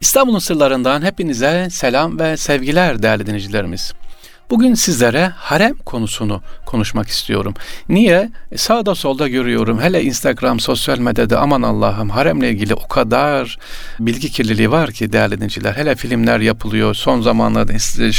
İstanbul'un sırlarından hepinize selam ve sevgiler değerli dinleyicilerimiz. Bugün sizlere harem konusunu konuşmak istiyorum. Niye? Sağda solda görüyorum. Hele Instagram, sosyal medyada aman Allah'ım haremle ilgili o kadar bilgi kirliliği var ki değerli dinleyiciler. Hele filmler yapılıyor. Son zamanlarda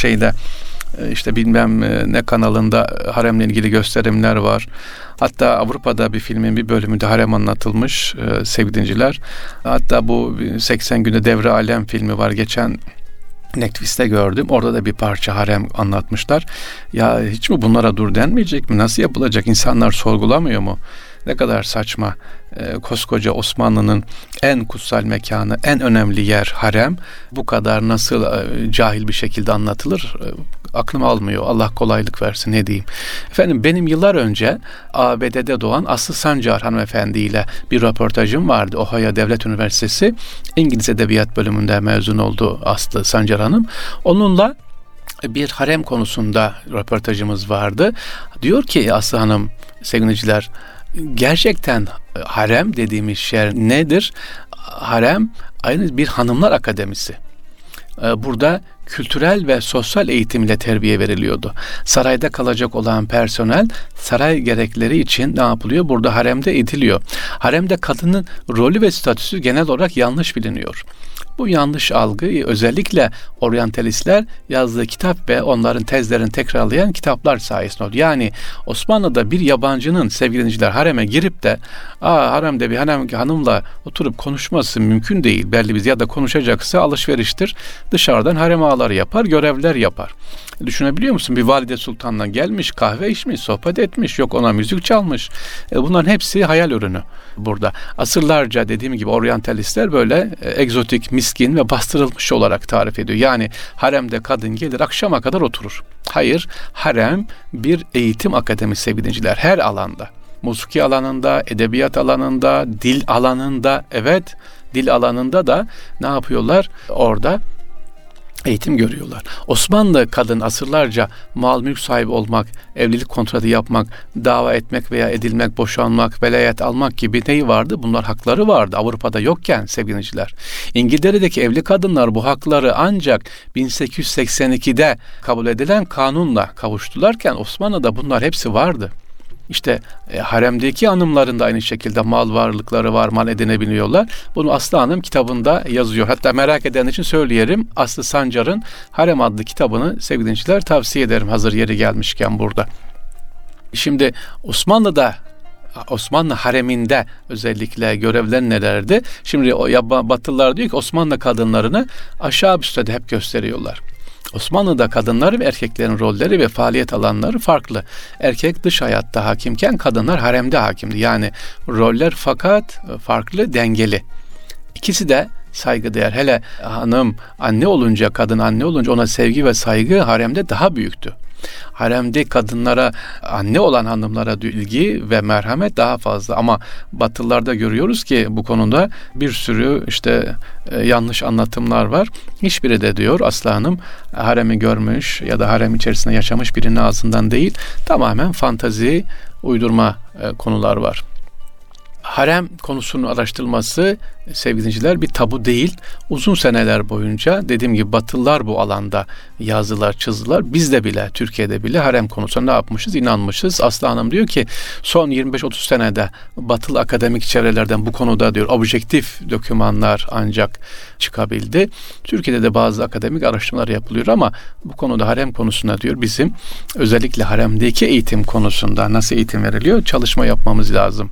işte bilmem ne kanalında haremle ilgili gösterimler var. Hatta Avrupa'da bir filmin bir bölümünde harem anlatılmış sevgili dinleyiciler. Hatta bu 80 günde devre alem filmi var. Geçen Netflix'te gördüm. Orada da bir parça harem anlatmışlar. Ya hiç mi bunlara dur denmeyecek mi? Nasıl yapılacak? İnsanlar sorgulamıyor mu? Ne kadar saçma. Koskoca Osmanlı'nın en kutsal mekanı, en önemli yer harem. Bu kadar nasıl cahil bir şekilde anlatılır? Aklım almıyor. Allah kolaylık versin, ne diyeyim. Efendim, benim yıllar önce ABD'de doğan Aslı Sancar hanımefendiyle bir röportajım vardı. Ohio Devlet Üniversitesi İngiliz Edebiyat bölümünde mezun oldu Aslı Sancar Hanım. Onunla bir harem konusunda röportajımız vardı. Diyor ki Aslı Hanım, sevgiliciler, gerçekten harem dediğimiz şey nedir? Harem aynı bir hanımlar akademisi. Burada kültürel ve sosyal eğitim ile terbiye veriliyordu. Sarayda kalacak olan personel saray gerekleri için ne yapılıyor? Burada haremde ediliyor. Haremde kadının rolü ve statüsü genel olarak yanlış biliniyor. Bu yanlış algı özellikle oryantalistler yazdığı kitap ve onların tezlerini tekrarlayan kitaplar sayesinde oldu. Yani Osmanlı'da bir yabancının, sevgili dinleyiciler, hareme girip de haremde bir hanımla oturup konuşması mümkün değil. Belli bir ya da konuşacaksa alışveriştir. Dışarıdan harem ağaları yapar, görevler yapar. Düşünebiliyor musun? Bir valide sultanla gelmiş, kahve içmiş, sohbet etmiş, yok ona müzik çalmış. Bunların hepsi hayal ürünü burada. Asırlarca dediğim gibi oryantalistler böyle egzotik, miskin ve bastırılmış olarak tarif ediyor. Yani haremde kadın gelir akşama kadar oturur. Hayır, harem bir eğitim akademisi sevgili dinleyiciler, her alanda. Musiki alanında, edebiyat alanında, dil alanında, evet, dil alanında da ne yapıyorlar? Orada eğitim görüyorlar. Osmanlı kadın asırlarca mal mülk sahibi olmak, evlilik kontratı yapmak, dava etmek veya edilmek, boşanmak, velayet almak gibi neyi vardı? Bunlar hakları vardı. Avrupa'da yokken sevgili dinleyiciler. İngiltere'deki evli kadınlar bu hakları ancak 1882'de kabul edilen kanunla kavuştularken Osmanlı'da bunlar hepsi vardı. İşte haremdeki hanımların da aynı şekilde mal varlıkları var, mal edinebiliyorlar. Bunu Aslı Hanım kitabında yazıyor. Hatta merak eden için söyleyelim. Aslı Sancar'ın Harem adlı kitabını sevgili dinleyiciler tavsiye ederim hazır yeri gelmişken burada. Şimdi Osmanlı hareminde özellikle görevler nelerdi? Şimdi Batılılar diyor ki Osmanlı kadınlarını aşağı üstte hep gösteriyorlar. Osmanlı'da kadınlar ve erkeklerin rolleri ve faaliyet alanları farklı. Erkek dış hayatta hakimken kadınlar haremde hakimdi. Yani roller fakat farklı, dengeli. İkisi de saygıdeğer. Hele hanım anne olunca, kadın anne olunca ona sevgi ve saygı haremde daha büyüktü. Haremde kadınlara, anne olan hanımlara ilgi ve merhamet daha fazla. Ama Batılılarda görüyoruz ki bu konuda bir sürü yanlış anlatımlar var. Hiçbiri de diyor Aslı Hanım haremi görmüş ya da harem içerisinde yaşamış birinin ağzından değil, tamamen fantazi, uydurma konular var. Harem konusunun araştırılması sevgili dinleyiciler bir tabu değil. Uzun seneler boyunca dediğim gibi Batılılar bu alanda yazdılar, çizdiler. Biz de bile, Türkiye'de bile harem konusuna ne yapmışız? İnanmışız. Aslı Hanım diyor ki son 25-30 senede Batılı akademik çevrelerden bu konuda diyor objektif dokümanlar ancak çıkabildi. Türkiye'de de bazı akademik araştırmalar yapılıyor ama bu konuda harem konusunda diyor bizim özellikle haremdeki eğitim konusunda nasıl eğitim veriliyor çalışma yapmamız lazım.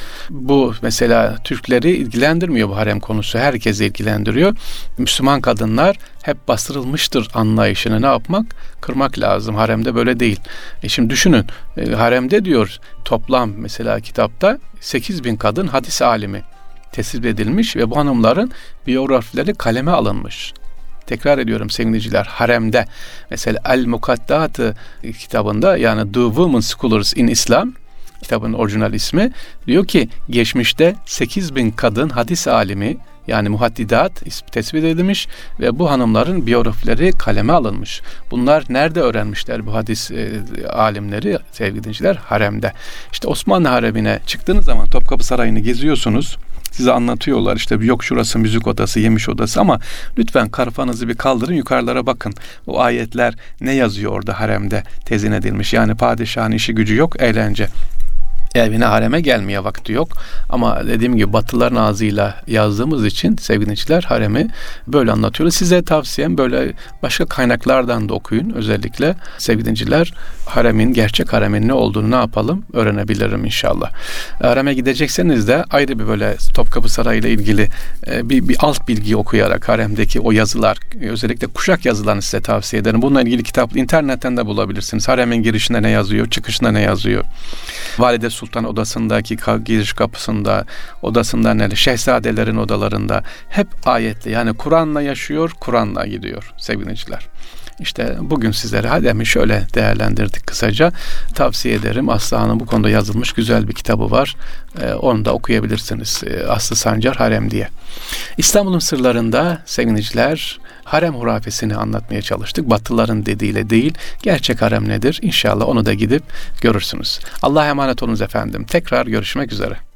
Bu mesela Türkleri ilgilendirmiyor bu harem konusu. Herkesi ilgilendiriyor. Müslüman kadınlar hep bastırılmıştır anlayışını ne yapmak? Kırmak lazım. Haremde böyle değil. Şimdi düşünün. Haremde diyor toplam mesela kitapta 8.000 kadın hadis alimi tespit edilmiş ve bu hanımların biyografileri kaleme alınmış. Tekrar ediyorum sevgiliciler, haremde mesela El-Mukaddatı kitabında yani The Women Scholars in Islam kitabın orijinal ismi diyor ki geçmişte 8.000 kadın hadis alimi yani muhaddidat tespit edilmiş ve bu hanımların biyografileri kaleme alınmış. Bunlar nerede öğrenmişler bu hadis alimleri sevgili dinleyiciler? Haremde. İşte Osmanlı haremine çıktığınız zaman Topkapı Sarayı'nı geziyorsunuz. Size anlatıyorlar işte, yok şurası müzik odası, yemiş odası, ama lütfen kafanızı bir kaldırın, yukarılara bakın. O ayetler ne yazıyor orada haremde tezin edilmiş. Yani padişahın işi gücü yok, eğlence. Evine, hareme gelmeye vakti yok. Ama dediğim gibi Batılıların ağzıyla yazdığımız için sevgili dinleyiciler, haremi böyle anlatıyoruz. Size tavsiyem böyle başka kaynaklardan da okuyun. Özellikle sevgili dinleyiciler, haremin, gerçek haremin ne olduğunu ne yapalım öğrenebilirim inşallah. Hareme gidecekseniz de ayrı bir böyle Topkapı Sarayı ile ilgili bir alt bilgi okuyarak, haremdeki o yazılar, özellikle kuşak yazılarını size tavsiye ederim. Bununla ilgili kitap internetten de bulabilirsiniz. Haremin girişinde ne yazıyor, çıkışında ne yazıyor. Valide Sultan odasındaki giriş kapısında, odasında neler, şehzadelerin odalarında hep ayetli. Yani Kur'an'la yaşıyor, Kur'an'la gidiyor sevgili dinleyiciler. İşte bugün sizlere haremi şöyle değerlendirdik kısaca. Tavsiye ederim. Aslı Han'ın bu konuda yazılmış güzel bir kitabı var. Onu da okuyabilirsiniz. Aslı Sancar Harem diye. İstanbul'un sırlarında sevgili dinleyiciler, harem hurafesini anlatmaya çalıştık. Batılıların dediğiyle değil, gerçek harem nedir? İnşallah onu da gidip görürsünüz. Allah'a emanet olunuz efendim. Tekrar görüşmek üzere.